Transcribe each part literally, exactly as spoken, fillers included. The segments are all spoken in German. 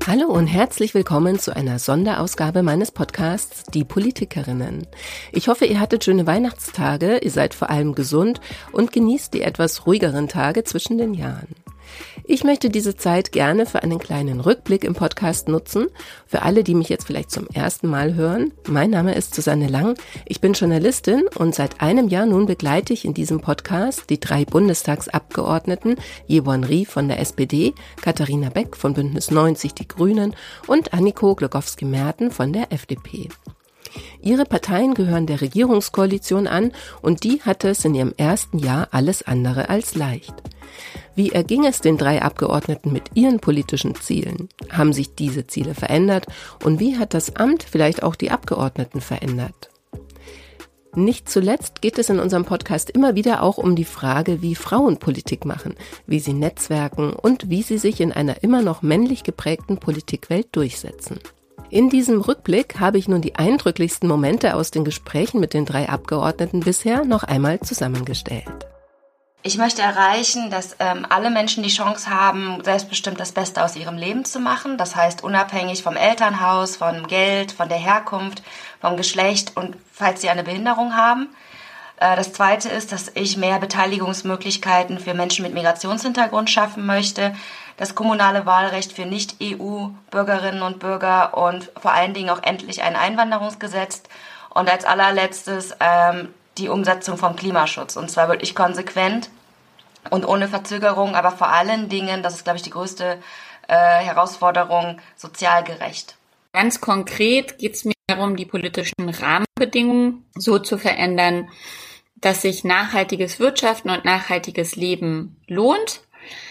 Hallo und herzlich willkommen zu einer Sonderausgabe meines Podcasts Die Politikerinnen. Ich hoffe, ihr hattet schöne Weihnachtstage, ihr seid vor allem gesund und genießt die etwas ruhigeren Tage zwischen den Jahren. Ich möchte diese Zeit gerne für einen kleinen Rückblick im Podcast nutzen. Für alle, die mich jetzt vielleicht zum ersten Mal hören, mein Name ist Susanne Lang, ich bin Journalistin und seit einem Jahr nun begleite ich in diesem Podcast die drei Bundestagsabgeordneten Yvonne Rie von der S P D, Katharina Beck von Bündnis neunzig Die Grünen und Anniko Glogowski-Merten von der F D P. Ihre Parteien gehören der Regierungskoalition an und die hatte es in ihrem ersten Jahr alles andere als leicht. Wie erging es den drei Abgeordneten mit ihren politischen Zielen? Haben sich diese Ziele verändert? Und wie hat das Amt vielleicht auch die Abgeordneten verändert? Nicht zuletzt geht es in unserem Podcast immer wieder auch um die Frage, wie Frauen Politik machen, wie sie netzwerken und wie sie sich in einer immer noch männlich geprägten Politikwelt durchsetzen. In diesem Rückblick habe ich nun die eindrücklichsten Momente aus den Gesprächen mit den drei Abgeordneten bisher noch einmal zusammengestellt. Ich möchte erreichen, dass ähm, alle Menschen die Chance haben, selbstbestimmt das Beste aus ihrem Leben zu machen. Das heißt, unabhängig vom Elternhaus, vom Geld, von der Herkunft, vom Geschlecht und falls sie eine Behinderung haben. Äh, das Zweite ist, dass ich mehr Beteiligungsmöglichkeiten für Menschen mit Migrationshintergrund schaffen möchte. Das kommunale Wahlrecht für Nicht-E U-Bürgerinnen und Bürger und vor allen Dingen auch endlich ein Einwanderungsgesetz. Und als allerletztes ähm, die Umsetzung vom Klimaschutz. Und zwar wirklich konsequent und ohne Verzögerung, aber vor allen Dingen, das ist, glaube ich, die größte äh, Herausforderung, sozial gerecht. Ganz konkret geht es mir darum, die politischen Rahmenbedingungen so zu verändern, dass sich nachhaltiges Wirtschaften und nachhaltiges Leben lohnt.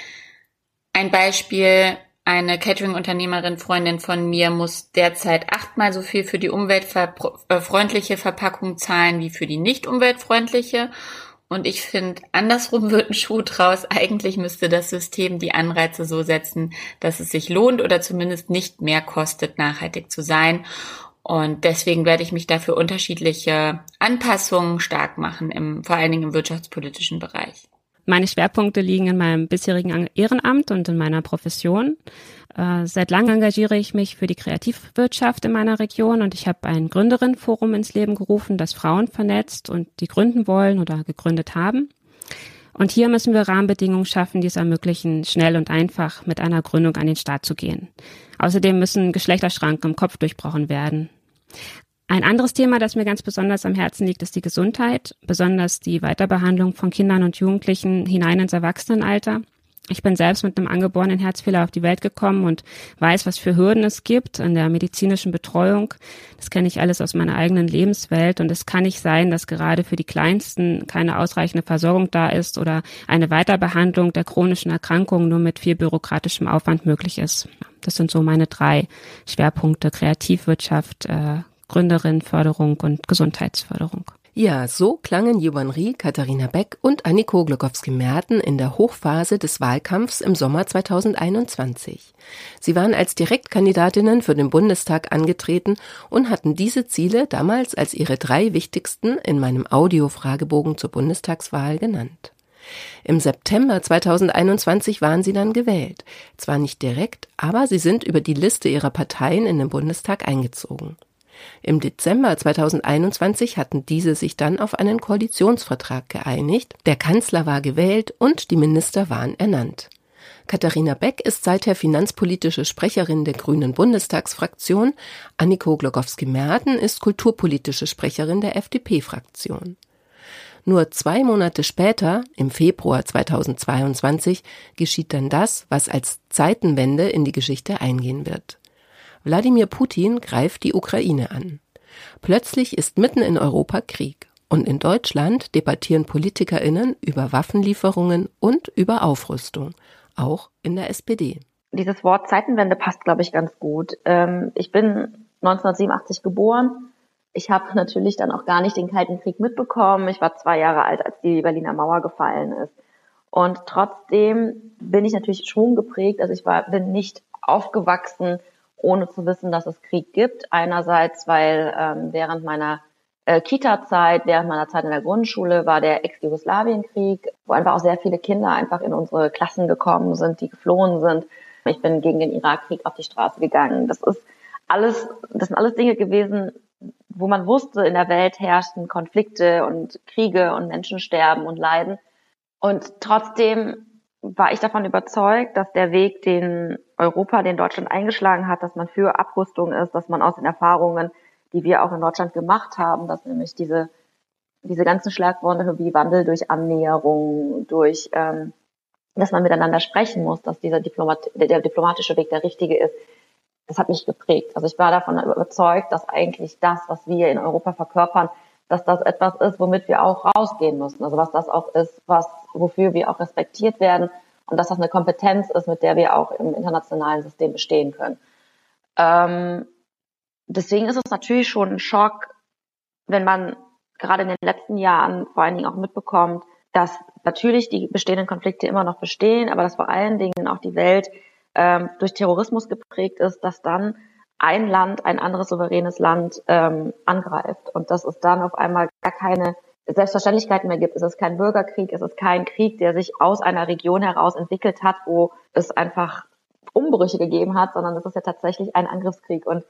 Ein Beispiel: Eine Catering-Unternehmerin, Freundin von mir, muss derzeit achtmal so viel für die umweltfreundliche Verpackung zahlen wie für die nicht umweltfreundliche. Und ich finde, andersrum wird ein Schuh draus. Eigentlich müsste das System die Anreize so setzen, dass es sich lohnt oder zumindest nicht mehr kostet, nachhaltig zu sein. Und deswegen werde ich mich dafür unterschiedliche Anpassungen stark machen, im, vor allen Dingen im wirtschaftspolitischen Bereich. Meine Schwerpunkte liegen in meinem bisherigen Ehrenamt und in meiner Profession. Äh, seit langem engagiere ich mich für die Kreativwirtschaft in meiner Region und ich habe ein Gründerinnenforum ins Leben gerufen, das Frauen vernetzt und die gründen wollen oder gegründet haben. Und hier müssen wir Rahmenbedingungen schaffen, die es ermöglichen, schnell und einfach mit einer Gründung an den Start zu gehen. Außerdem müssen Geschlechterschranken im Kopf durchbrochen werden. Ein anderes Thema, das mir ganz besonders am Herzen liegt, ist die Gesundheit, besonders die Weiterbehandlung von Kindern und Jugendlichen hinein ins Erwachsenenalter. Ich bin selbst mit einem angeborenen Herzfehler auf die Welt gekommen und weiß, was für Hürden es gibt in der medizinischen Betreuung. Das kenne ich alles aus meiner eigenen Lebenswelt und es kann nicht sein, dass gerade für die Kleinsten keine ausreichende Versorgung da ist oder eine Weiterbehandlung der chronischen Erkrankungen nur mit viel bürokratischem Aufwand möglich ist. Das sind so meine drei Schwerpunkte: Kreativwirtschaft, äh, Gründerinnenförderung und Gesundheitsförderung. Ja, so klangen Yvonne Rie, Katharina Beck und Anniko Glogowski-Merten in der Hochphase des Wahlkampfs im Sommer zweitausendeinundzwanzig. Sie waren als Direktkandidatinnen für den Bundestag angetreten und hatten diese Ziele damals als ihre drei wichtigsten in meinem Audio-Fragebogen zur Bundestagswahl genannt. Im September zweitausendeinundzwanzig waren sie dann gewählt. Zwar nicht direkt, aber sie sind über die Liste ihrer Parteien in den Bundestag eingezogen. Im Dezember zweitausendeinundzwanzig hatten diese sich dann auf einen Koalitionsvertrag geeinigt, der Kanzler war gewählt und die Minister waren ernannt. Katharina Beck ist seither finanzpolitische Sprecherin der Grünen Bundestagsfraktion, Anniko Glogowski-Merten ist kulturpolitische Sprecherin der F D P-Fraktion. Nur zwei Monate später, im Februar zweitausendzweiundzwanzig, geschieht dann das, was als Zeitenwende in die Geschichte eingehen wird. Wladimir Putin greift die Ukraine an. Plötzlich ist mitten in Europa Krieg und in Deutschland debattieren PolitikerInnen über Waffenlieferungen und über Aufrüstung, auch in der S P D. Dieses Wort Zeitenwende passt, glaube ich, ganz gut. Ich bin neunzehnhundertsiebenundachtzig geboren. Ich habe natürlich dann auch gar nicht den Kalten Krieg mitbekommen. Ich war zwei Jahre alt, als die Berliner Mauer gefallen ist. Und trotzdem bin ich natürlich schon geprägt. Also ich war, bin nicht aufgewachsen, ohne zu wissen, dass es Krieg gibt. Einerseits, weil ähm, während meiner äh, Kita-Zeit, während meiner Zeit in der Grundschule war der Ex-Jugoslawien-Krieg, wo einfach auch sehr viele Kinder einfach in unsere Klassen gekommen sind, die geflohen sind. Ich bin gegen den Irakkrieg auf die Straße gegangen. Das ist alles, das sind alles Dinge gewesen, wo man wusste, in der Welt herrschten Konflikte und Kriege und Menschen sterben und leiden. Und trotzdem war ich davon überzeugt, dass der Weg, den Europa, den Deutschland eingeschlagen hat, dass man für Abrüstung ist, dass man aus den Erfahrungen, die wir auch in Deutschland gemacht haben, dass nämlich diese diese ganzen Schlagworte wie Wandel durch Annäherung, durch, ähm, dass man miteinander sprechen muss, dass dieser Diplomat, der, der diplomatische Weg der richtige ist, das hat mich geprägt. Also ich war davon überzeugt, dass eigentlich das, was wir in Europa verkörpern, dass das etwas ist, womit wir auch rausgehen müssen. Also was das auch ist, was, wofür wir auch respektiert werden und dass das eine Kompetenz ist, mit der wir auch im internationalen System bestehen können. Ähm, deswegen ist es natürlich schon ein Schock, wenn man gerade in den letzten Jahren vor allen Dingen auch mitbekommt, dass natürlich die bestehenden Konflikte immer noch bestehen, aber dass vor allen Dingen auch die Welt ähm, durch Terrorismus geprägt ist, dass dann ein Land ein anderes souveränes Land ähm, angreift und dass es dann auf einmal gar keine Selbstverständlichkeiten mehr gibt. Es ist kein Bürgerkrieg, es ist kein Krieg, der sich aus einer Region heraus entwickelt hat, wo es einfach Umbrüche gegeben hat, sondern es ist ja tatsächlich ein Angriffskrieg. Und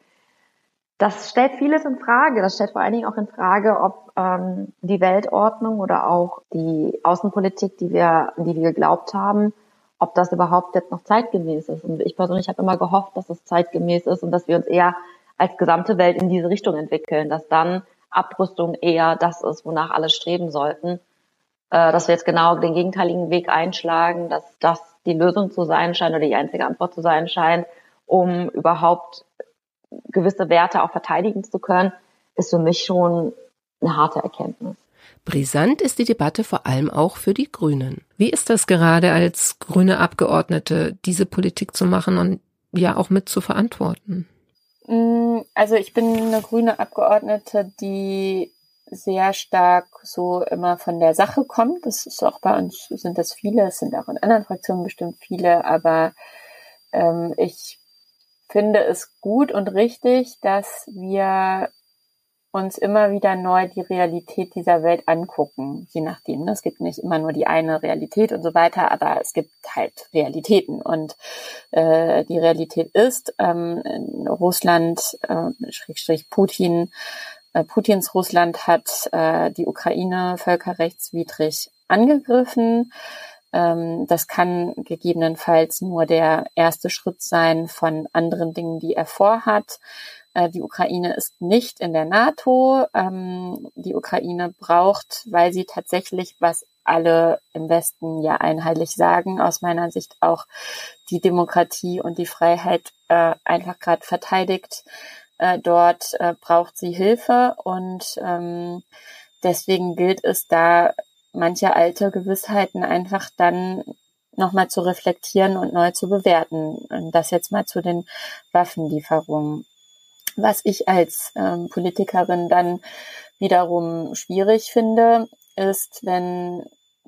das stellt vieles in Frage. Das stellt vor allen Dingen auch in Frage, ob ähm, die Weltordnung oder auch die Außenpolitik, die wir, die wir geglaubt haben, ob das überhaupt jetzt noch zeitgemäß ist. Und ich persönlich habe immer gehofft, dass es zeitgemäß ist und dass wir uns eher als gesamte Welt in diese Richtung entwickeln, dass dann Abrüstung eher das ist, wonach alle streben sollten. Äh, dass wir jetzt genau den gegenteiligen Weg einschlagen, dass das die Lösung zu sein scheint oder die einzige Antwort zu sein scheint, um überhaupt gewisse Werte auch verteidigen zu können, ist für mich schon eine harte Erkenntnis. Brisant ist die Debatte vor allem auch für die Grünen. Wie ist das gerade als grüne Abgeordnete, diese Politik zu machen und ja auch mit zu verantworten? Also ich bin eine grüne Abgeordnete, die sehr stark so immer von der Sache kommt. Das ist auch bei uns, sind das viele, es sind auch in anderen Fraktionen bestimmt viele, aber ähm, ich finde es gut und richtig, dass wir uns immer wieder neu die Realität dieser Welt angucken, je nachdem. Es gibt nicht immer nur die eine Realität und so weiter, aber es gibt halt Realitäten. Und äh, die Realität ist, ähm, Russland, äh, Schrägstrich Putin, äh, Putins Russland hat äh, die Ukraine völkerrechtswidrig angegriffen. Ähm, das kann gegebenenfalls nur der erste Schritt sein von anderen Dingen, die er vorhat. Äh, die Ukraine ist nicht in der NATO. Ähm, die Ukraine braucht, weil sie tatsächlich, was alle im Westen ja einheitlich sagen, aus meiner Sicht auch die Demokratie und die Freiheit äh, einfach gerade verteidigt. Äh, dort äh, braucht sie Hilfe und ähm, deswegen gilt es da, manche alte Gewissheiten einfach dann nochmal zu reflektieren und neu zu bewerten. Und das jetzt mal zu den Waffenlieferungen. Was ich als ähm, Politikerin dann wiederum schwierig finde, ist, wenn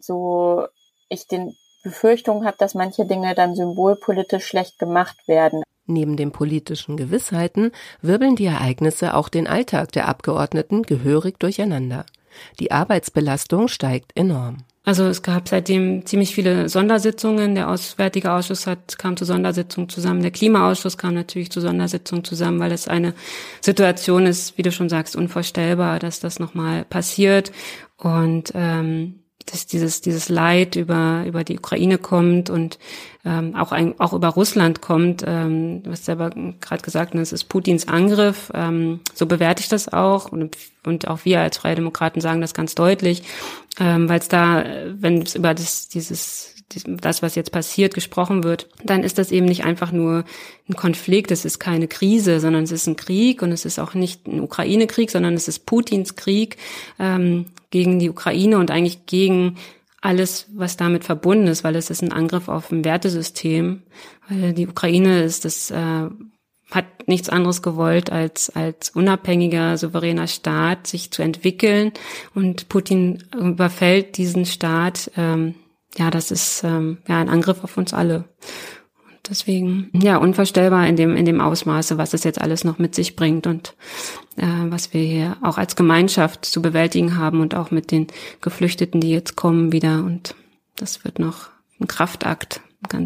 so ich den Befürchtung habe, dass manche Dinge dann symbolpolitisch schlecht gemacht werden. Neben den politischen Gewissheiten wirbeln die Ereignisse auch den Alltag der Abgeordneten gehörig durcheinander. Die Arbeitsbelastung steigt enorm. Also es gab seitdem ziemlich viele Sondersitzungen. Der Auswärtige Ausschuss hat, kam zur Sondersitzung zusammen. Der Klimaausschuss kam natürlich zur Sondersitzung zusammen, weil es eine Situation ist, wie du schon sagst, unvorstellbar, dass das nochmal passiert. Und ähm, dass dieses dieses Leid über über die Ukraine kommt und ähm, auch ein, auch über Russland kommt. Ähm, du hast selber gerade gesagt, es ist Putins Angriff. Ähm, so bewerte ich das auch und und auch wir als Freie Demokraten sagen das ganz deutlich, ähm, weil es da, wenn es über das dieses das, was jetzt passiert, gesprochen wird, dann ist das eben nicht einfach nur ein Konflikt, es ist keine Krise, sondern es ist ein Krieg und es ist auch nicht ein Ukraine-Krieg, sondern es ist Putins Krieg ähm, gegen die Ukraine und eigentlich gegen alles, was damit verbunden ist, weil es ist ein Angriff auf ein Wertesystem, weil die Ukraine ist das äh, hat nichts anderes gewollt, als als unabhängiger, souveräner Staat sich zu entwickeln und Putin überfällt diesen Staat. Ähm, ja, das ist ähm, ja ein Angriff auf uns alle. Und deswegen ja unvorstellbar in dem in dem Ausmaße, was es jetzt alles noch mit sich bringt und äh, was wir hier auch als Gemeinschaft zu bewältigen haben und auch mit den Geflüchteten, die jetzt kommen wieder. Und das wird noch ein Kraftakt im Ganzen.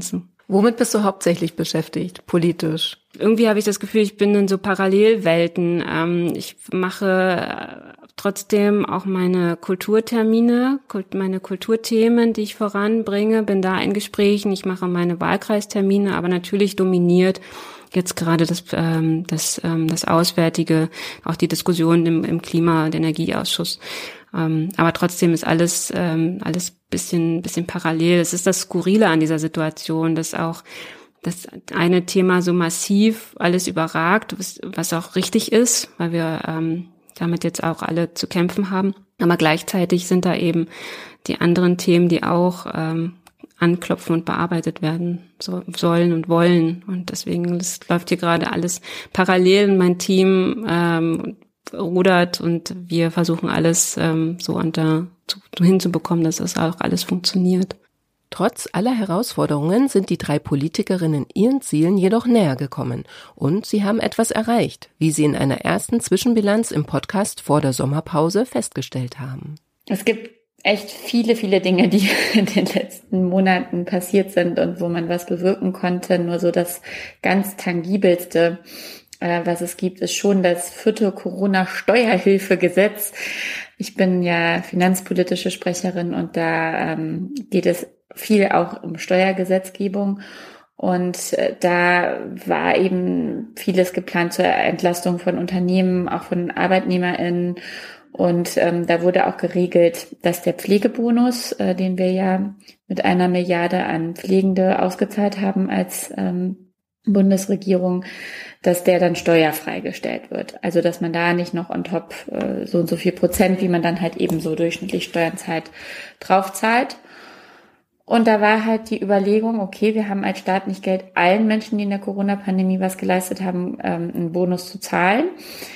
Womit bist du hauptsächlich beschäftigt, politisch? Irgendwie habe ich das Gefühl, ich bin in so Parallelwelten. Ähm, ich mache trotzdem auch meine Kulturtermine, meine Kulturthemen, die ich voranbringe, bin da in Gesprächen. Ich mache meine Wahlkreistermine, aber natürlich dominiert jetzt gerade das, ähm, das, ähm, das Auswärtige, auch die Diskussion im, im Klima- und Energieausschuss. Ähm, aber trotzdem ist alles, ähm, alles bisschen, bisschen parallel. Es ist das Skurrile an dieser Situation, dass auch das eine Thema so massiv alles überragt, was, was auch richtig ist, weil wir ähm, damit jetzt auch alle zu kämpfen haben. Aber gleichzeitig sind da eben die anderen Themen, die auch ähm, anklopfen und bearbeitet werden so, sollen und wollen. Und deswegen, das läuft hier gerade alles parallel. Und mein Team ähm, rudert und wir versuchen alles ähm, so unter zu, hinzubekommen, dass das auch alles funktioniert. Trotz aller Herausforderungen sind die drei Politikerinnen ihren Zielen jedoch näher gekommen und sie haben etwas erreicht, wie sie in einer ersten Zwischenbilanz im Podcast vor der Sommerpause festgestellt haben. Es gibt echt viele, viele Dinge, die in den letzten Monaten passiert sind und wo man was bewirken konnte. Nur so das ganz Tangibelste, äh, was es gibt, ist schon das vierte Corona-Steuerhilfegesetz. Ich bin ja finanzpolitische Sprecherin und da ähm, geht es viel auch um Steuergesetzgebung. Und äh, da war eben vieles geplant zur Entlastung von Unternehmen, auch von ArbeitnehmerInnen. Und ähm, da wurde auch geregelt, dass der Pflegebonus, äh, den wir ja mit einer Milliarde an Pflegende ausgezahlt haben als ähm, Bundesregierung, dass der dann steuerfrei gestellt wird. Also dass man da nicht noch on top äh, so und so viel Prozent, wie man dann halt eben so durchschnittlich Steuern zahlt, drauf zahlt. Und da war halt die Überlegung, okay, wir haben als Staat nicht Geld, allen Menschen, die in der Corona-Pandemie was geleistet haben, ähm, einen Bonus zu zahlen.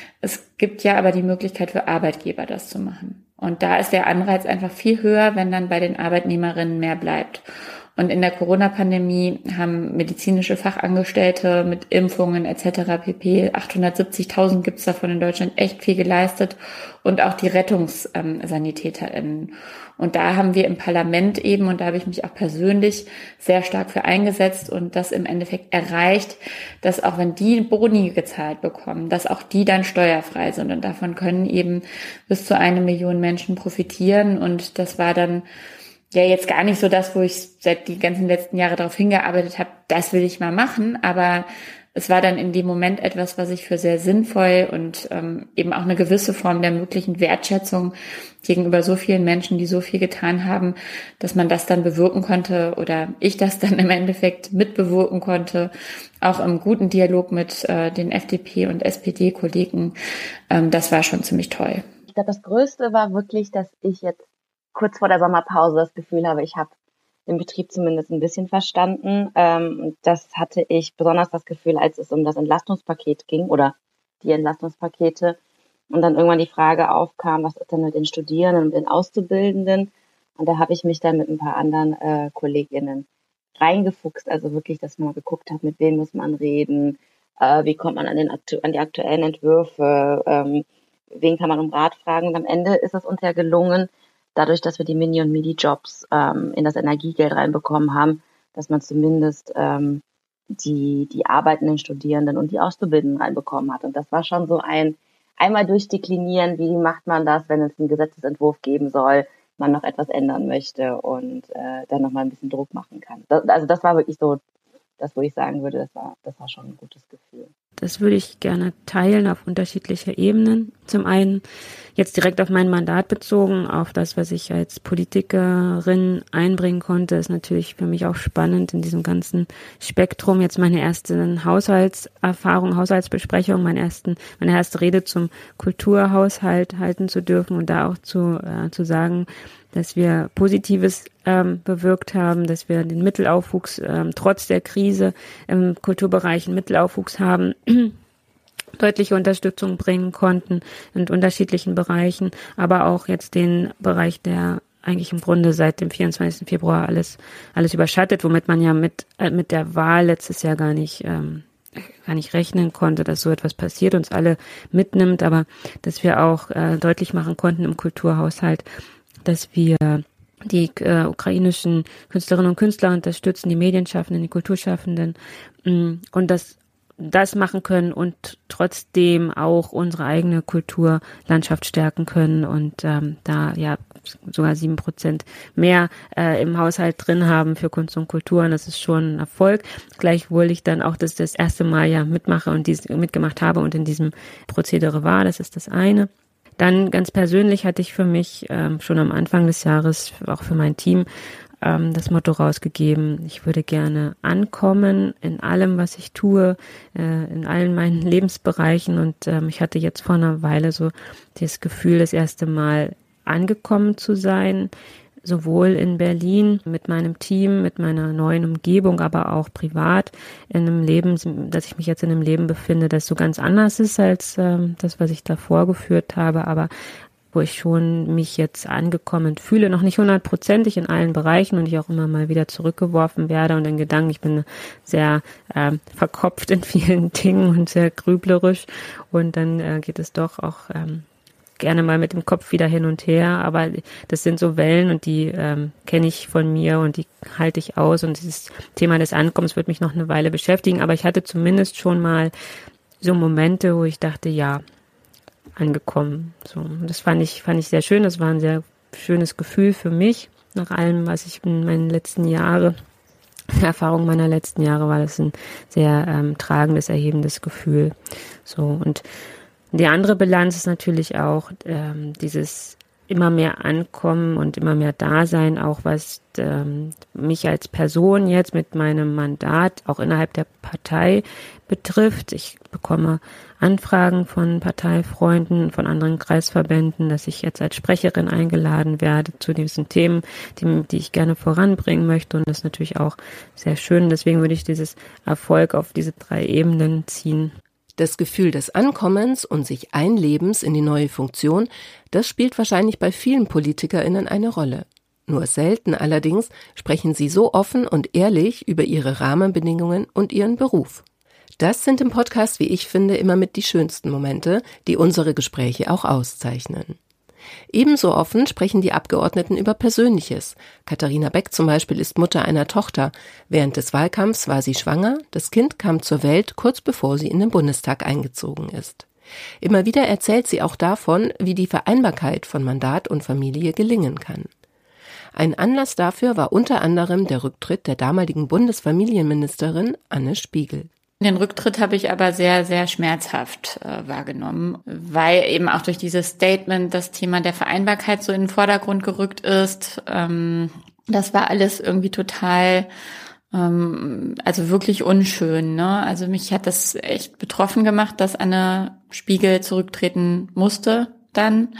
Es gibt ja aber die Möglichkeit für Arbeitgeber, das zu machen. Und da ist der Anreiz einfach viel höher, wenn dann bei den Arbeitnehmerinnen mehr bleibt. Und in der Corona-Pandemie haben medizinische Fachangestellte mit Impfungen et cetera pp. achthundertsiebzigtausend gibt es davon in Deutschland, echt viel geleistet. Und auch die RettungssanitäterInnen. Und da haben wir im Parlament eben, und da habe ich mich auch persönlich sehr stark für eingesetzt und das im Endeffekt erreicht, dass auch wenn die Boni gezahlt bekommen, dass auch die dann steuerfrei sind. Und davon können eben bis zu eine Million Menschen profitieren. Und das war dann ja jetzt gar nicht so das, wo ich seit die ganzen letzten Jahre darauf hingearbeitet habe, das will ich mal machen, aber es war dann in dem Moment etwas, was ich für sehr sinnvoll und ähm, eben auch eine gewisse Form der möglichen Wertschätzung gegenüber so vielen Menschen, die so viel getan haben, dass man das dann bewirken konnte oder ich das dann im Endeffekt mitbewirken konnte, auch im guten Dialog mit äh, den F D P- und S P D-Kollegen. Ähm, das war schon ziemlich toll. Ich glaube, das Größte war wirklich, dass ich jetzt kurz vor der Sommerpause das Gefühl habe, ich habe den Betrieb zumindest ein bisschen verstanden. Ähm, und das hatte ich besonders das Gefühl, als es um das Entlastungspaket ging oder die Entlastungspakete und dann irgendwann die Frage aufkam, was ist denn mit den Studierenden und den Auszubildenden? Und da habe ich mich dann mit ein paar anderen äh, KollegInnen reingefuchst, also wirklich, dass man mal geguckt hat, mit wem muss man reden, äh, wie kommt man an, den, an die aktuellen Entwürfe, ähm, wen kann man um Rat fragen. Und am Ende ist es uns ja gelungen, dadurch, dass wir die Mini- und Midi-Jobs ähm, in das Energiegeld reinbekommen haben, dass man zumindest ähm, die die arbeitenden Studierenden und die Auszubildenden reinbekommen hat. Und das war schon so ein einmal durchdeklinieren, wie macht man das, wenn es einen Gesetzesentwurf geben soll, man noch etwas ändern möchte und äh, dann nochmal ein bisschen Druck machen kann. Das, also das war wirklich so das, wo ich sagen würde, das war, das war schon ein gutes Gefühl. Das würde ich gerne teilen auf unterschiedlicher Ebenen. Zum einen jetzt direkt auf mein Mandat bezogen, auf das, was ich als Politikerin einbringen konnte, ist natürlich für mich auch spannend in diesem ganzen Spektrum. Jetzt meine erste Haushaltserfahrung, Haushaltsbesprechung, meine ersten, meine erste Rede zum Kulturhaushalt halten zu dürfen und da auch zu, äh, zu sagen, dass wir Positives ähm, bewirkt haben, dass wir den Mittelaufwuchs ähm, trotz der Krise im Kulturbereich einen Mittelaufwuchs haben, deutliche Unterstützung bringen konnten in unterschiedlichen Bereichen, aber auch jetzt den Bereich, der eigentlich im Grunde seit dem vierundzwanzigsten Februar alles alles überschattet, womit man ja mit äh, mit der Wahl letztes Jahr gar nicht ähm, gar nicht rechnen konnte, dass so etwas passiert, uns alle mitnimmt, aber dass wir auch äh, deutlich machen konnten im Kulturhaushalt, dass wir die äh, ukrainischen Künstlerinnen und Künstler unterstützen, die Medienschaffenden, die Kulturschaffenden mh, und das das machen können und trotzdem auch unsere eigene Kulturlandschaft stärken können und ähm, da ja sogar sieben Prozent mehr äh, im Haushalt drin haben für Kunst und Kultur und das ist schon ein Erfolg. Gleichwohl ich dann auch das das erste Mal ja mitmache und dies mitgemacht habe und in diesem Prozedere war, das ist das eine. Dann ganz persönlich hatte ich für mich ähm, schon am Anfang des Jahres, auch für mein Team, ähm, das Motto rausgegeben, ich würde gerne ankommen in allem, was ich tue, äh, in allen meinen Lebensbereichen und ähm, ich hatte jetzt vor einer Weile so das Gefühl, das erste Mal angekommen zu sein, sowohl in Berlin mit meinem Team, mit meiner neuen Umgebung, aber auch privat in einem Leben, dass ich mich jetzt in einem Leben befinde, das so ganz anders ist als ähm, das, was ich davor geführt habe, aber wo ich schon mich jetzt angekommen fühle, noch nicht hundertprozentig in allen Bereichen und ich auch immer mal wieder zurückgeworfen werde und in Gedanken, ich bin sehr äh, verkopft in vielen Dingen und sehr grüblerisch und dann äh, geht es doch auch ähm, gerne mal mit dem Kopf wieder hin und her, aber das sind so Wellen und die ähm, kenne ich von mir und die halte ich aus und dieses Thema des Ankommens wird mich noch eine Weile beschäftigen, aber ich hatte zumindest schon mal so Momente, wo ich dachte, ja, angekommen. So, das fand ich fand ich sehr schön. Das war ein sehr schönes Gefühl für mich. Nach allem, was ich in meinen letzten Jahren, Erfahrung meiner letzten Jahre, war das ein sehr ähm, tragendes, erhebendes Gefühl. So und die andere Bilanz ist natürlich auch ähm, dieses immer mehr Ankommen und immer mehr Dasein, auch was ähm, mich als Person jetzt mit meinem Mandat auch innerhalb der Partei betrifft. Ich bekomme Anfragen von Parteifreunden, von anderen Kreisverbänden, dass ich jetzt als Sprecherin eingeladen werde zu diesen Themen, die, die ich gerne voranbringen möchte. Und das ist natürlich auch sehr schön. Deswegen würde ich dieses Erfolg auf diese drei Ebenen ziehen. Das Gefühl des Ankommens und sich Einlebens in die neue Funktion, das spielt wahrscheinlich bei vielen PolitikerInnen eine Rolle. Nur selten allerdings sprechen sie so offen und ehrlich über ihre Rahmenbedingungen und ihren Beruf. Das sind im Podcast, wie ich finde, immer mit die schönsten Momente, die unsere Gespräche auch auszeichnen. Ebenso offen sprechen die Abgeordneten über Persönliches. Katharina Beck zum Beispiel ist Mutter einer Tochter. Während des Wahlkampfs war sie schwanger. Das Kind kam zur Welt, kurz bevor sie in den Bundestag eingezogen ist. Immer wieder erzählt sie auch davon, wie die Vereinbarkeit von Mandat und Familie gelingen kann. Ein Anlass dafür war unter anderem der Rücktritt der damaligen Bundesfamilienministerin Anne Spiegel. Den Rücktritt habe ich aber sehr, sehr schmerzhaft äh, wahrgenommen, weil eben auch durch dieses Statement das Thema der Vereinbarkeit so in den Vordergrund gerückt ist. Ähm, das war alles irgendwie total, ähm, also wirklich unschön, ne? Also mich hat das echt betroffen gemacht, dass Anne Spiegel zurücktreten musste dann.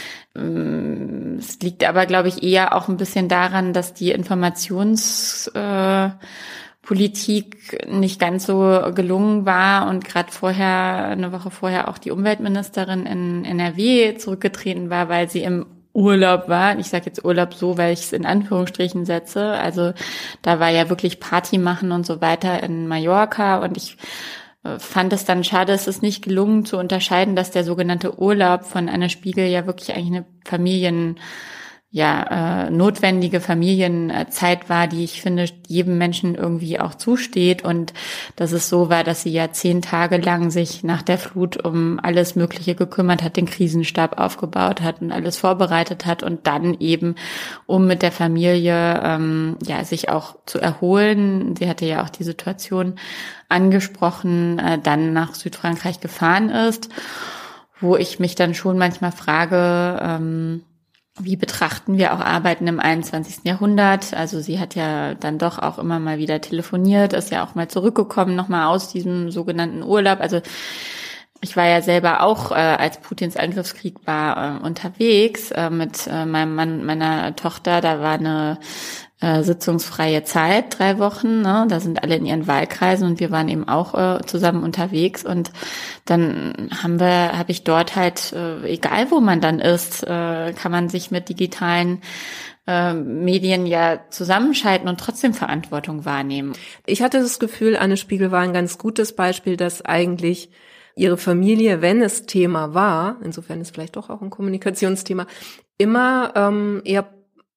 Es liegt aber, glaube ich, eher auch ein bisschen daran, dass die Informations äh, Politik nicht ganz so gelungen war und gerade vorher, eine Woche vorher auch die Umweltministerin in N R W zurückgetreten war, weil sie im Urlaub war. Ich sage jetzt Urlaub so, weil ich es in Anführungsstrichen setze. Also da war ja wirklich Party machen und so weiter in Mallorca und ich fand es dann schade, es ist nicht gelungen zu unterscheiden, dass der sogenannte Urlaub von Anne Spiegel ja wirklich eigentlich eine Familien ja äh, notwendige Familienzeit war, die ich finde jedem Menschen irgendwie auch zusteht und dass es so war, dass sie ja zehn Tage lang sich nach der Flut um alles Mögliche gekümmert hat, den Krisenstab aufgebaut hat und alles vorbereitet hat und dann eben, um mit der Familie ähm, ja sich auch zu erholen, sie hatte ja auch die Situation angesprochen, äh, dann nach Südfrankreich gefahren ist, wo ich mich dann schon manchmal frage, ähm, wie betrachten wir auch Arbeiten im einundzwanzigsten Jahrhundert? Also sie hat ja dann doch auch immer mal wieder telefoniert, ist ja auch mal zurückgekommen, nochmal aus diesem sogenannten Urlaub. Also ich war ja selber auch, äh, als Putins Angriffskrieg war, äh, unterwegs äh, mit äh, meinem Mann, meiner Tochter. Da war eine äh, sitzungsfreie Zeit, drei Wochen. Ne? Da sind alle in ihren Wahlkreisen und wir waren eben auch äh, zusammen unterwegs. Und dann haben wir, habe ich dort halt, äh, egal wo man dann ist, äh, kann man sich mit digitalen äh, Medien ja zusammenschalten und trotzdem Verantwortung wahrnehmen. Ich hatte das Gefühl, Anne Spiegel war ein ganz gutes Beispiel, dass eigentlich ihre Familie, wenn es Thema war, insofern ist vielleicht doch auch ein Kommunikationsthema, immer ähm, eher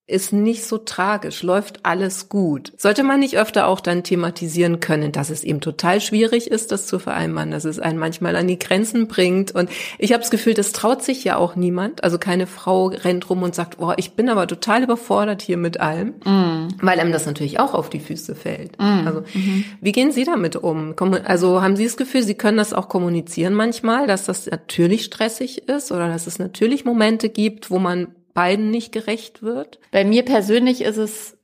ist nicht so tragisch, läuft alles gut. Sollte man nicht öfter auch dann thematisieren können, dass es eben total schwierig ist, das zu vereinbaren, dass es einen manchmal an die Grenzen bringt. Und ich habe das Gefühl, das traut sich ja auch niemand. Also keine Frau rennt rum und sagt, oh, ich bin aber total überfordert hier mit allem, mm. weil einem das natürlich auch auf die Füße fällt. Mm. Also mhm. Wie gehen Sie damit um? Also haben Sie das Gefühl, Sie können das auch kommunizieren manchmal, dass das natürlich stressig ist oder dass es natürlich Momente gibt, wo man beiden nicht gerecht wird? Bei mir persönlich ist es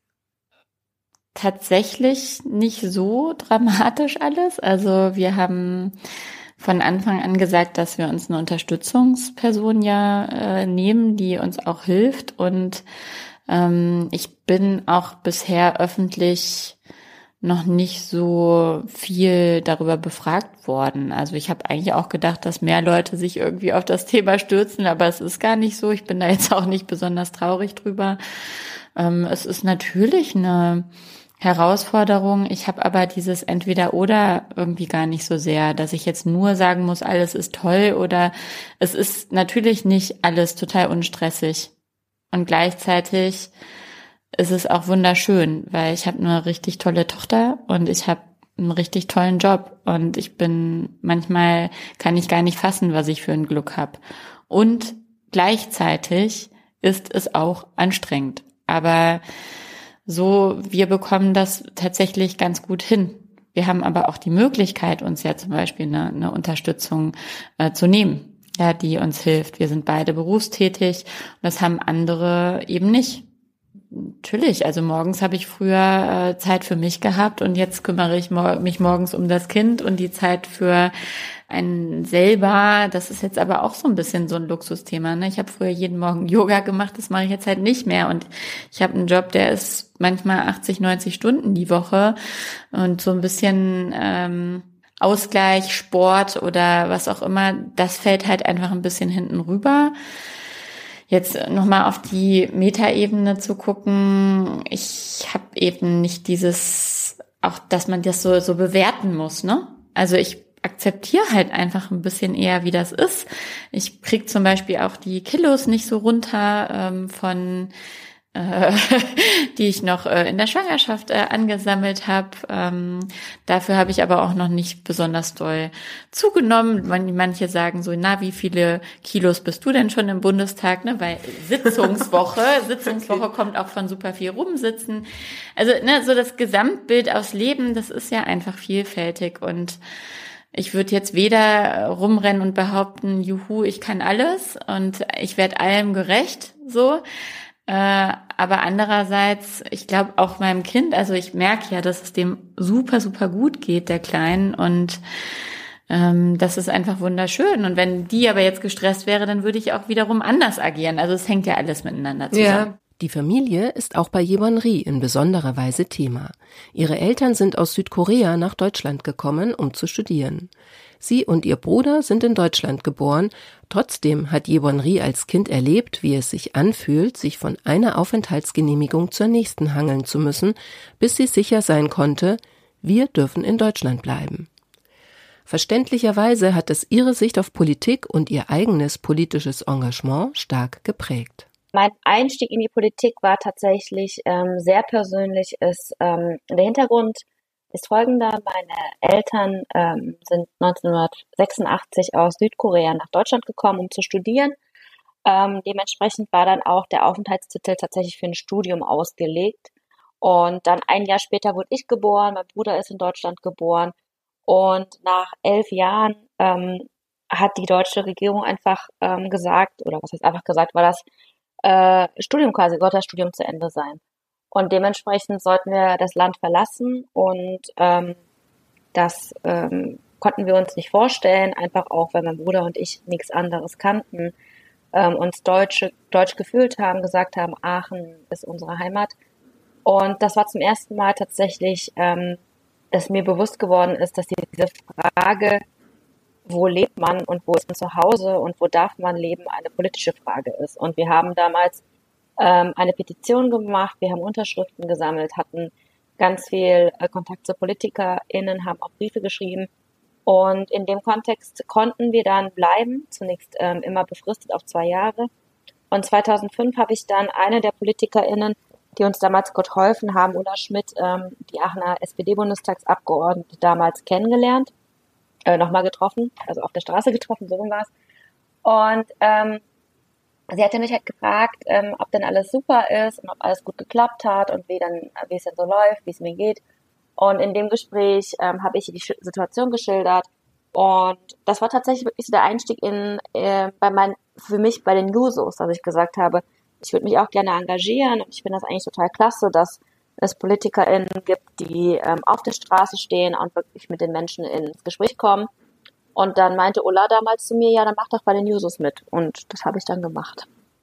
tatsächlich nicht so dramatisch alles. Also wir haben von Anfang an gesagt, dass wir uns eine Unterstützungsperson ja äh, nehmen, die uns auch hilft. Und ähm, ich bin auch bisher öffentlich noch nicht so viel darüber befragt worden. Also ich habe eigentlich auch gedacht, dass mehr Leute sich irgendwie auf das Thema stürzen, aber es ist gar nicht so. Ich bin da jetzt auch nicht besonders traurig drüber. Ähm, es ist natürlich eine Herausforderung. Ich habe aber dieses Entweder-Oder irgendwie gar nicht so sehr, dass ich jetzt nur sagen muss, alles ist toll oder es ist natürlich nicht alles total unstressig. Und gleichzeitig ist es auch wunderschön, weil ich habe eine richtig tolle Tochter und ich habe einen richtig tollen Job und ich bin, manchmal kann ich gar nicht fassen, was ich für ein Glück habe. Und gleichzeitig ist es auch anstrengend. Aber so, wir bekommen das tatsächlich ganz gut hin. Wir haben aber auch die Möglichkeit, uns ja zum Beispiel eine, eine Unterstützung äh, zu nehmen, ja, die uns hilft. Wir sind beide berufstätig und das haben andere eben nicht. Natürlich, also morgens habe ich früher äh, Zeit für mich gehabt und jetzt kümmere ich mor- mich morgens um das Kind und die Zeit für einen selber, das ist jetzt aber auch so ein bisschen so ein Luxusthema, ne? Ich habe früher jeden Morgen Yoga gemacht, das mache ich jetzt halt nicht mehr und ich habe einen Job, der ist manchmal achtzig, neunzig Stunden die Woche und so ein bisschen ähm, Ausgleich, Sport oder was auch immer, das fällt halt einfach ein bisschen hinten rüber. Jetzt nochmal auf die Metaebene zu gucken, ich habe eben nicht dieses, auch dass man das so so bewerten muss, ne? Also ich akzeptiere halt einfach ein bisschen eher, wie das ist. Ich krieg zum Beispiel auch die Kilos nicht so runter ähm, von äh, die ich noch äh, in der Schwangerschaft äh, angesammelt habe. Ähm, dafür habe ich aber auch noch nicht besonders doll zugenommen. Man, manche sagen so, na, wie viele Kilos bist du denn schon im Bundestag? Ne? Weil Sitzungswoche, Sitzungswoche okay. Kommt auch von super viel Rumsitzen. Also ne, so das Gesamtbild aus Leben, das ist ja einfach vielfältig und ich würde jetzt weder rumrennen und behaupten, juhu, ich kann alles und ich werde allem gerecht, so. Äh, aber andererseits, ich glaube auch meinem Kind, also ich merke ja, dass es dem super, super gut geht, der Kleinen, und ähm, das ist einfach wunderschön. Und wenn die aber jetzt gestresst wäre, dann würde ich auch wiederum anders agieren. Also es hängt ja alles miteinander zusammen. Ja. Die Familie ist auch bei Yewon Ri in besonderer Weise Thema. Ihre Eltern sind aus Südkorea nach Deutschland gekommen, um zu studieren. Sie und ihr Bruder sind in Deutschland geboren. Trotzdem hat Yewon Ri als Kind erlebt, wie es sich anfühlt, sich von einer Aufenthaltsgenehmigung zur nächsten hangeln zu müssen, bis sie sicher sein konnte, wir dürfen in Deutschland bleiben. Verständlicherweise hat es ihre Sicht auf Politik und ihr eigenes politisches Engagement stark geprägt. Mein Einstieg in die Politik war tatsächlich ähm, sehr persönlich. Ist, ähm, der Hintergrund ist folgender. Meine Eltern ähm, sind neunzehnhundertsechsundachtzig aus Südkorea nach Deutschland gekommen, um zu studieren. Ähm, dementsprechend war dann auch der Aufenthaltstitel tatsächlich für ein Studium ausgelegt. Und dann ein Jahr später wurde ich geboren, mein Bruder ist in Deutschland geboren. Und nach elf Jahren ähm, hat die deutsche Regierung einfach ähm, gesagt, oder was heißt einfach gesagt, war das Äh, Studium quasi, sollte das Studium zu Ende sein. Und dementsprechend sollten wir das Land verlassen und ähm, das ähm, konnten wir uns nicht vorstellen, einfach auch, weil mein Bruder und ich nichts anderes kannten, ähm, uns Deutsche, deutsch gefühlt haben, gesagt haben, Aachen ist unsere Heimat. Und das war zum ersten Mal tatsächlich, ähm, dass mir bewusst geworden ist, dass diese Frage, wo lebt man und wo ist man zu Hause und wo darf man leben, eine politische Frage ist. Und wir haben damals ähm, eine Petition gemacht, wir haben Unterschriften gesammelt, hatten ganz viel äh, Kontakt zu PolitikerInnen, haben auch Briefe geschrieben. Und in dem Kontext konnten wir dann bleiben, zunächst ähm, immer befristet auf zwei Jahre. Und zweitausendfünf habe ich dann eine der PolitikerInnen, die uns damals geholfen haben, Ulla Schmidt, ähm, die Aachener S P D-Bundestagsabgeordnete, damals kennengelernt, äh, nochmal getroffen, also auf der Straße getroffen, so war es. Und ähm, sie hatte mich halt gefragt, ähm, ob denn alles super ist und ob alles gut geklappt hat und wie dann, wie es denn so läuft, wie es mir geht. Und in dem Gespräch ähm, habe ich ihr die Sch- Situation geschildert. Und das war tatsächlich wirklich so der Einstieg in äh, bei meinen, für mich bei den Jusos, dass ich gesagt habe, ich würde mich auch gerne engagieren und ich finde das eigentlich total klasse, dass es PolitikerInnen gibt, die ähm, auf der Straße stehen und wirklich mit den Menschen ins Gespräch kommen. Und dann meinte Ulla damals zu mir, ja, dann mach doch bei den Jusos mit. Und das habe ich dann gemacht.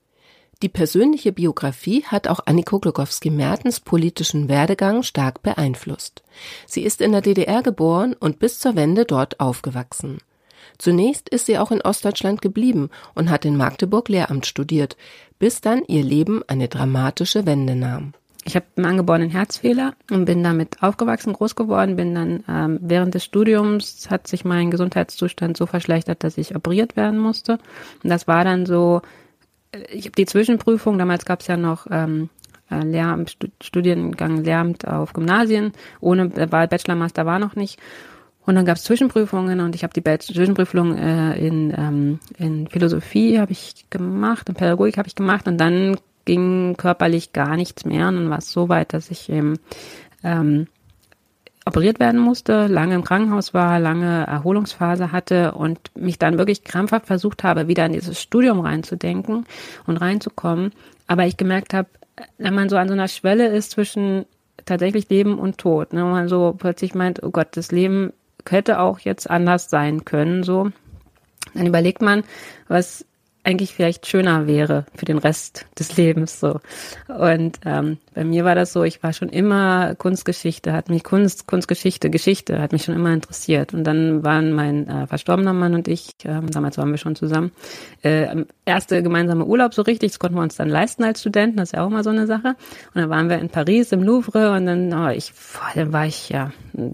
Die persönliche Biografie hat auch Anniko Glogowski-Mertens politischen Werdegang stark beeinflusst. Sie ist in der D D R geboren und bis zur Wende dort aufgewachsen. Zunächst ist sie auch in Ostdeutschland geblieben und hat in Magdeburg Lehramt studiert, bis dann ihr Leben eine dramatische Wende nahm. Ich habe einen angeborenen Herzfehler und bin damit aufgewachsen, groß geworden, bin dann ähm, während des Studiums hat sich mein Gesundheitszustand so verschlechtert, dass ich operiert werden musste. Und das war dann so, ich habe die Zwischenprüfung, damals gab es ja noch ähm, Lehramt, Studiengang Lehramt auf Gymnasien, ohne Bachelor, Master war noch nicht. Und dann gab es Zwischenprüfungen und ich habe die Zwischenprüfung äh, in, ähm, in Philosophie habe ich gemacht, in Pädagogik habe ich gemacht und dann ging körperlich gar nichts mehr und dann war es so weit, dass ich eben ähm, operiert werden musste, lange im Krankenhaus war, lange Erholungsphase hatte und mich dann wirklich krampfhaft versucht habe, wieder in dieses Studium reinzudenken und reinzukommen. Aber ich gemerkt habe, wenn man so an so einer Schwelle ist zwischen tatsächlich Leben und Tod, ne, wo man so plötzlich meint, oh Gott, das Leben hätte auch jetzt anders sein können, so, dann überlegt man, was eigentlich vielleicht schöner wäre für den Rest des Lebens, so. Und ähm, bei mir war das so, ich war schon immer Kunstgeschichte, hat mich Kunst, Kunstgeschichte, Geschichte hat mich schon immer interessiert. Und dann waren mein äh, verstorbener Mann und ich, ähm, damals waren wir schon zusammen, äh, erste gemeinsame Urlaub so richtig, das konnten wir uns dann leisten als Studenten, das ist ja auch immer so eine Sache. Und dann waren wir in Paris im Louvre und dann, oh, ich, boah, dann war ich, ja,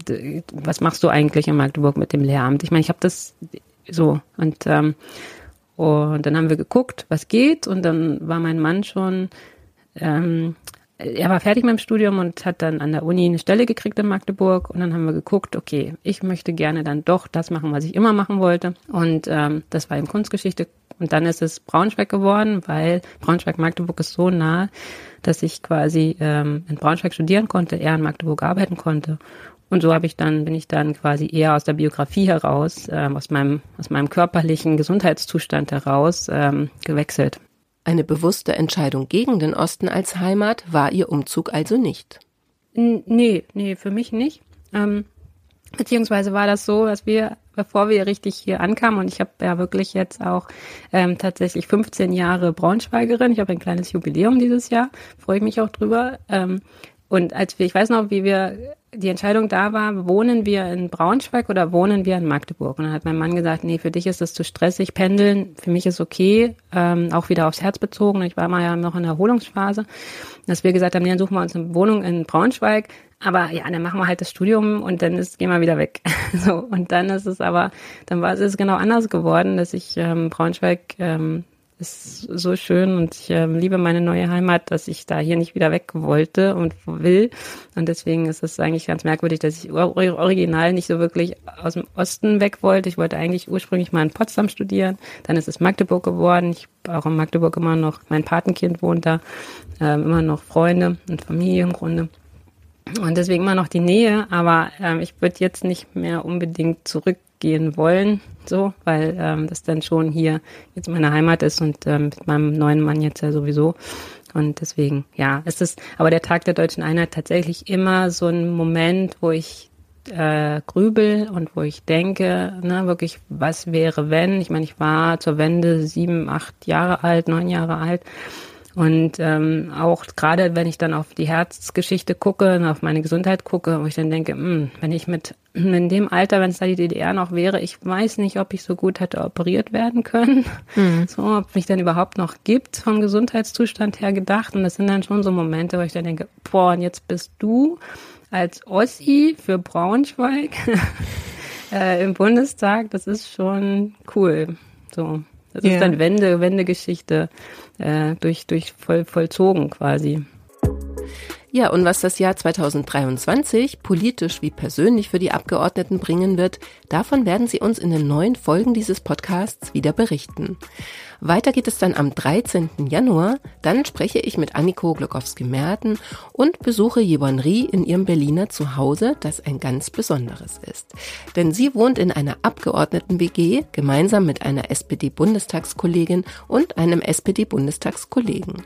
was machst du eigentlich in Magdeburg mit dem Lehramt? Ich meine, ich habe das so und ähm, Und dann haben wir geguckt, was geht. Und dann war mein Mann schon, ähm, er war fertig mit dem Studium und hat dann an der Uni eine Stelle gekriegt in Magdeburg. Und dann haben wir geguckt, okay, ich möchte gerne dann doch das machen, was ich immer machen wollte. Und ähm, das war eben Kunstgeschichte. Und dann ist es Braunschweig geworden, weil Braunschweig-Magdeburg ist so nah, dass ich quasi ähm, in Braunschweig studieren konnte, er in Magdeburg arbeiten konnte. Und so habe ich dann, bin ich dann quasi eher aus der Biografie heraus, ähm, aus meinem, aus meinem körperlichen Gesundheitszustand heraus ähm, gewechselt. Eine bewusste Entscheidung gegen den Osten als Heimat war ihr Umzug also nicht? N- nee, nee, für mich nicht. Ähm, beziehungsweise war das so, dass wir, bevor wir richtig hier ankamen, und ich habe ja wirklich jetzt auch ähm, tatsächlich fünfzehn Jahre Braunschweigerin, ich habe ein kleines Jubiläum dieses Jahr, freue ich mich auch drüber. Ähm, und als wir, ich weiß noch, wie wir die Entscheidung da war, wohnen wir in Braunschweig oder wohnen wir in Magdeburg? Und dann hat mein Mann gesagt, nee, für dich ist das zu stressig, pendeln, für mich ist okay, ähm, auch wieder aufs Herz bezogen. Ich war mal ja noch in der Erholungsphase, dass wir gesagt haben, nee, dann suchen wir uns eine Wohnung in Braunschweig, aber ja, dann machen wir halt das Studium und dann ist, gehen wir wieder weg. So, und dann ist es aber, dann war es ist genau anders geworden, dass ich ähm, Braunschweig ähm, ist so schön und ich äh, liebe meine neue Heimat, dass ich da hier nicht wieder weg wollte und will. Und deswegen ist es eigentlich ganz merkwürdig, dass ich original nicht so wirklich aus dem Osten weg wollte. Ich wollte eigentlich ursprünglich mal in Potsdam studieren. Dann ist es Magdeburg geworden. Ich habe auch in Magdeburg immer noch, mein Patenkind wohnt da, äh, immer noch Freunde und Familie im Grunde. Und deswegen immer noch die Nähe, aber ähm, ich würde jetzt nicht mehr unbedingt zurückgehen wollen, so, weil ähm, das dann schon hier jetzt meine Heimat ist und ähm, mit meinem neuen Mann jetzt ja sowieso. Und deswegen, ja, es ist aber der Tag der Deutschen Einheit tatsächlich immer so ein Moment, wo ich äh, grübel und wo ich denke, na wirklich, was wäre wenn? Ich meine, ich war zur Wende sieben, acht Jahre alt, neun Jahre alt. Und ähm, auch gerade, wenn ich dann auf die Herzgeschichte gucke und auf meine Gesundheit gucke, wo ich dann denke, mh, wenn ich mit in dem Alter, wenn es da die D D R noch wäre, ich weiß nicht, ob ich so gut hätte operiert werden können. Mhm. So, ob mich dann überhaupt noch gibt vom Gesundheitszustand her gedacht. Und das sind dann schon so Momente, wo ich dann denke, boah, und jetzt bist du als Ossi für Braunschweig äh, im Bundestag. Das ist schon cool. So. Das ja. ist dann Wende, Wendegeschichte äh, durch, durch voll, vollzogen quasi. Ja, und was das Jahr zweitausenddreiundzwanzig politisch wie persönlich für die Abgeordneten bringen wird, davon werden sie uns in den neuen Folgen dieses Podcasts wieder berichten. Weiter geht es dann am dreizehnten Januar. Dann spreche ich mit Anniko Glogowski-Merten und besuche Yvonne Rie in ihrem Berliner Zuhause, das ein ganz besonderes ist. Denn sie wohnt in einer Abgeordneten-W G gemeinsam mit einer S P D-Bundestagskollegin und einem S P D-Bundestagskollegen.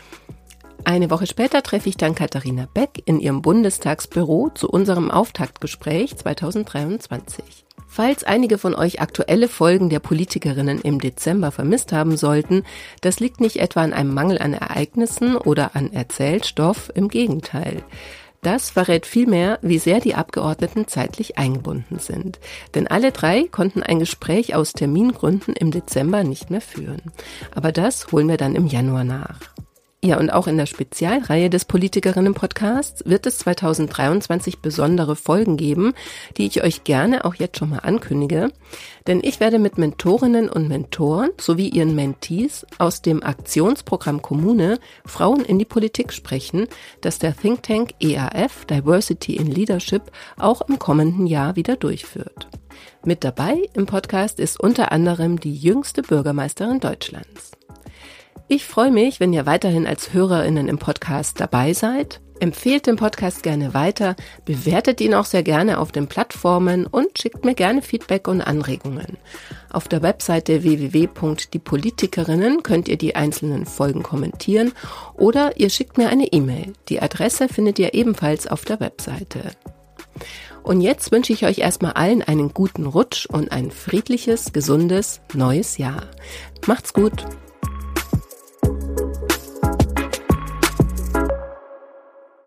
Eine Woche später treffe ich dann Katharina Beck in ihrem Bundestagsbüro zu unserem Auftaktgespräch zweitausenddreiundzwanzig. Falls einige von euch aktuelle Folgen der Politikerinnen im Dezember vermisst haben sollten, das liegt nicht etwa an einem Mangel an Ereignissen oder an Erzählstoff, im Gegenteil. Das verrät vielmehr, wie sehr die Abgeordneten zeitlich eingebunden sind. Denn alle drei konnten ein Gespräch aus Termingründen im Dezember nicht mehr führen. Aber das holen wir dann im Januar nach. Ja, und auch in der Spezialreihe des Politikerinnen-Podcasts wird es zweitausenddreiundzwanzig besondere Folgen geben, die ich euch gerne auch jetzt schon mal ankündige. Denn ich werde mit Mentorinnen und Mentoren sowie ihren Mentees aus dem Aktionsprogramm Kommune Frauen in die Politik sprechen, das der Think Tank E A F Diversity in Leadership auch im kommenden Jahr wieder durchführt. Mit dabei im Podcast ist unter anderem die jüngste Bürgermeisterin Deutschlands. Ich freue mich, wenn ihr weiterhin als HörerInnen im Podcast dabei seid. Empfehlt den Podcast gerne weiter, bewertet ihn auch sehr gerne auf den Plattformen und schickt mir gerne Feedback und Anregungen. Auf der Webseite w w w punkt die politikerinnen könnt ihr die einzelnen Folgen kommentieren oder ihr schickt mir eine E-Mail. Die Adresse findet ihr ebenfalls auf der Webseite. Und jetzt wünsche ich euch erstmal allen einen guten Rutsch und ein friedliches, gesundes neues Jahr. Macht's gut!